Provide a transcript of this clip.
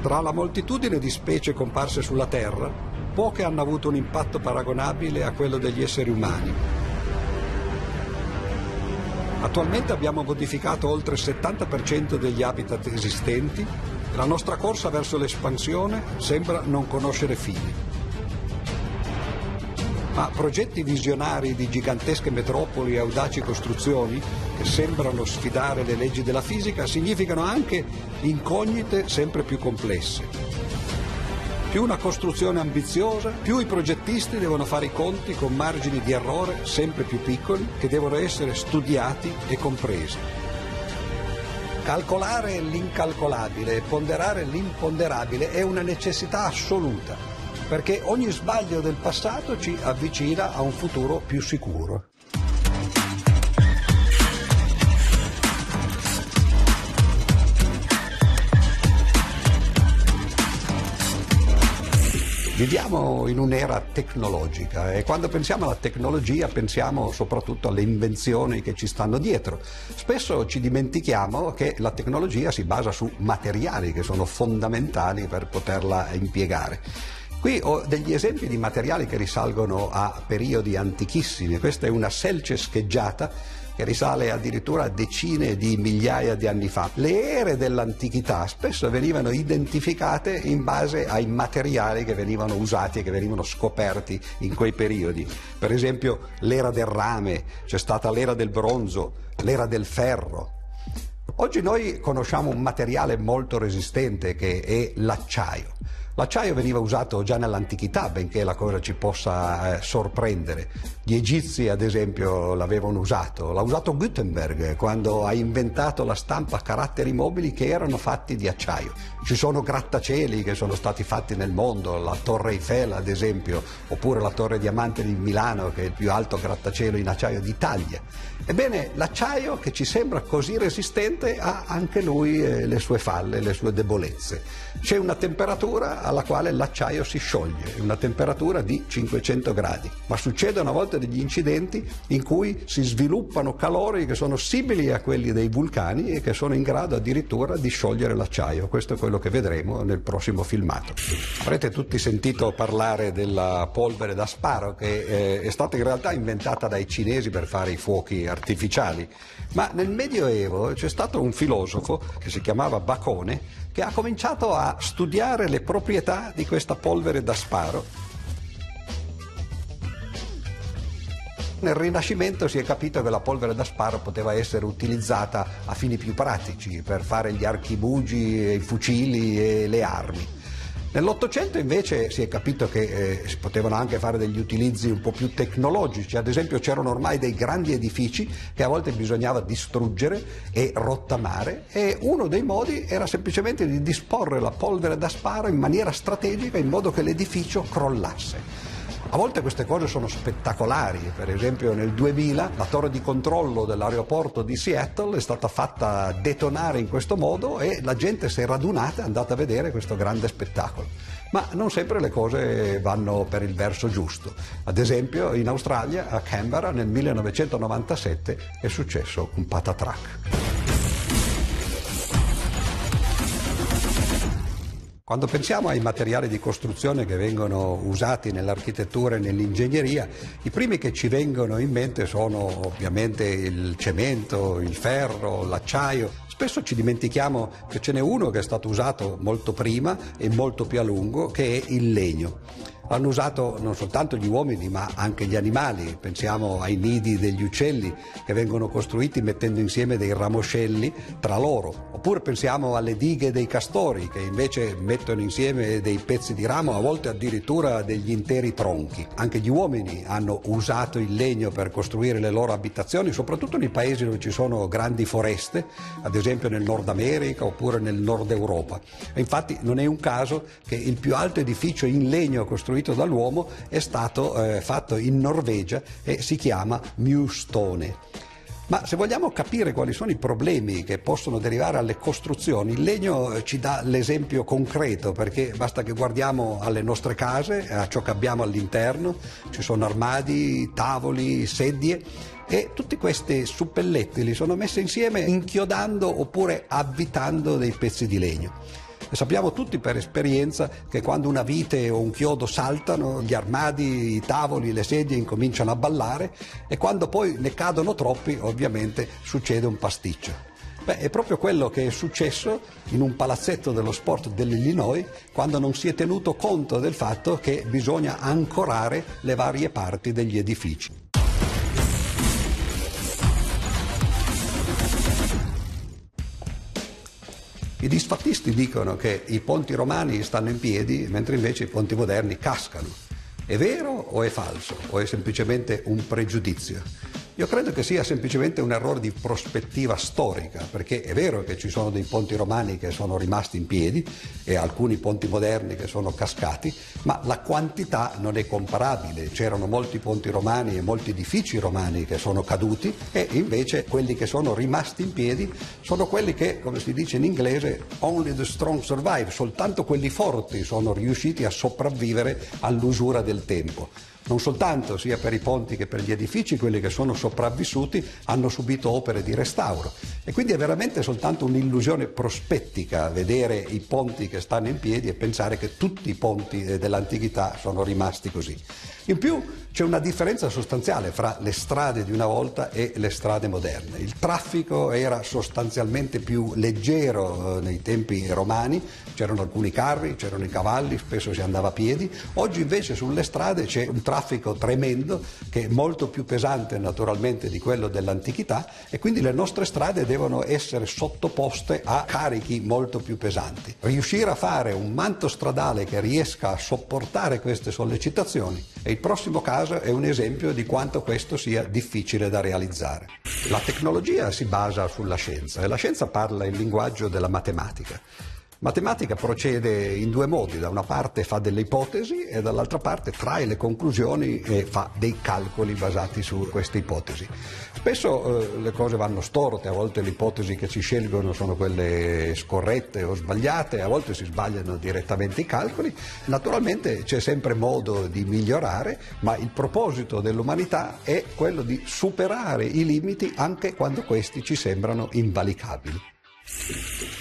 Tra la moltitudine di specie comparse sulla Terra, poche hanno avuto un impatto paragonabile a quello degli esseri umani. Attualmente abbiamo modificato oltre il 70% degli habitat esistenti e la nostra corsa verso l'espansione sembra non conoscere fine. Ma progetti visionari di gigantesche metropoli e audaci costruzioni, che sembrano sfidare le leggi della fisica, significano anche incognite sempre più complesse. Più una costruzione ambiziosa, più i progettisti devono fare i conti con margini di errore sempre più piccoli che devono essere studiati e compresi. Calcolare l'incalcolabile e ponderare l'imponderabile è una necessità assoluta, perché ogni sbaglio del passato ci avvicina a un futuro più sicuro. Viviamo in un'era tecnologica e quando pensiamo alla tecnologia pensiamo soprattutto alle invenzioni che ci stanno dietro. Spesso ci dimentichiamo che la tecnologia si basa su materiali che sono fondamentali per poterla impiegare. Qui ho degli esempi di materiali che risalgono a periodi antichissimi. Questa è una selce scheggiata che risale addirittura a decine di migliaia di anni fa. Le ere dell'antichità spesso venivano identificate in base ai materiali che venivano usati e che venivano scoperti in quei periodi. Per esempio l'era del rame, c'è stata l'era del bronzo, l'era del ferro. Oggi noi conosciamo un materiale molto resistente che è l'acciaio. L'acciaio veniva usato già nell'antichità, benché la cosa ci possa sorprendere. Gli egizi, ad esempio, l'avevano usato. L'ha usato Gutenberg quando ha inventato la stampa a caratteri mobili che erano fatti di acciaio. Ci sono grattacieli che sono stati fatti nel mondo, la Torre Eiffel, ad esempio, oppure la Torre Diamante di Milano, che è il più alto grattacielo in acciaio d'Italia. Ebbene, l'acciaio, che ci sembra così resistente, ha anche lui le sue falle, le sue debolezze. C'è una temperatura alla quale l'acciaio si scioglie, una temperatura di 500 gradi, ma succedono a volte degli incidenti in cui si sviluppano calori che sono simili a quelli dei vulcani e che sono in grado addirittura di sciogliere l'acciaio. Questo è quello che vedremo nel prossimo filmato. Avrete tutti sentito parlare della polvere da sparo, che è stata in realtà inventata dai cinesi per fare i fuochi artificiali, ma nel Medioevo c'è stato un filosofo che si chiamava Bacone che ha cominciato a studiare le proprietà di questa polvere da sparo. Nel Rinascimento si è capito che la polvere da sparo poteva essere utilizzata a fini più pratici, per fare gli archibugi, i fucili e le armi. Nell'Ottocento invece si è capito che si potevano anche fare degli utilizzi un po' più tecnologici. Ad esempio c'erano ormai dei grandi edifici che a volte bisognava distruggere e rottamare, e uno dei modi era semplicemente di disporre la polvere da sparo in maniera strategica in modo che l'edificio crollasse. A volte queste cose sono spettacolari. Per esempio nel 2000 la torre di controllo dell'aeroporto di Seattle è stata fatta detonare in questo modo e la gente si è radunata e è andata a vedere questo grande spettacolo. Ma non sempre le cose vanno per il verso giusto. Ad esempio in Australia, a Canberra, nel 1997 è successo un patatrac. Quando pensiamo ai materiali di costruzione che vengono usati nell'architettura e nell'ingegneria, i primi che ci vengono in mente sono ovviamente il cemento, il ferro, l'acciaio. Spesso ci dimentichiamo che ce n'è uno che è stato usato molto prima e molto più a lungo, che è il legno. L'hanno usato non soltanto gli uomini ma anche gli animali. Pensiamo ai nidi degli uccelli che vengono costruiti mettendo insieme dei ramoscelli tra loro. Oppure pensiamo alle dighe dei castori che invece mettono insieme dei pezzi di ramo, a volte addirittura degli interi tronchi. Anche gli uomini hanno usato il legno per costruire le loro abitazioni, soprattutto nei paesi dove ci sono grandi foreste, ad esempio nel Nord America oppure nel Nord Europa. E infatti non è un caso che il più alto edificio in legno costruito dall'uomo è stato fatto in Norvegia e si chiama Mjøstårnet. Ma se vogliamo capire quali sono i problemi che possono derivare alle costruzioni, il legno ci dà l'esempio concreto, perché basta che guardiamo alle nostre case, a ciò che abbiamo all'interno. Ci sono armadi, tavoli, sedie, e tutti questi suppellettili sono messi insieme inchiodando oppure avvitando dei pezzi di legno. E sappiamo tutti per esperienza che quando una vite o un chiodo saltano, gli armadi, i tavoli, le sedie incominciano a ballare, e quando poi ne cadono troppi ovviamente succede un pasticcio. Beh, è proprio quello che è successo in un palazzetto dello sport dell'Illinois, quando non si è tenuto conto del fatto che bisogna ancorare le varie parti degli edifici. I disfattisti dicono che i ponti romani stanno in piedi, mentre invece i ponti moderni cascano. È vero o è falso? O è semplicemente un pregiudizio? Io credo che sia semplicemente un errore di prospettiva storica, perché è vero che ci sono dei ponti romani che sono rimasti in piedi e alcuni ponti moderni che sono cascati, ma la quantità non è comparabile. C'erano molti ponti romani e molti edifici romani che sono caduti, e invece quelli che sono rimasti in piedi sono quelli che, come si dice in inglese, only the strong survive, soltanto quelli forti sono riusciti a sopravvivere all'usura del tempo. Non soltanto, sia per i ponti che per gli edifici, quelli che sono sopravvissuti hanno subito opere di restauro, e quindi è veramente soltanto un'illusione prospettica vedere i ponti che stanno in piedi e pensare che tutti i ponti dell'antichità sono rimasti così. In più c'è una differenza sostanziale fra le strade di una volta e le strade moderne. Il traffico era sostanzialmente più leggero nei tempi romani, c'erano alcuni carri, c'erano i cavalli, spesso si andava a piedi. Oggi invece sulle strade c'è un traffico tremendo che è molto più pesante naturalmente di quello dell'antichità, e quindi le nostre strade devono essere sottoposte a carichi molto più pesanti. Riuscire a fare un manto stradale che riesca a sopportare queste sollecitazioni, e il prossimo caso è un esempio di quanto questo sia difficile da realizzare. La tecnologia si basa sulla scienza, e la scienza parla il linguaggio della matematica. Matematica procede in due modi: da una parte fa delle ipotesi e dall'altra parte trae le conclusioni e fa dei calcoli basati su queste ipotesi. Spesso le cose vanno storte, a volte le ipotesi che si scelgono sono quelle scorrette o sbagliate, a volte si sbagliano direttamente i calcoli. Naturalmente c'è sempre modo di migliorare, ma il proposito dell'umanità è quello di superare i limiti anche quando questi ci sembrano invalicabili.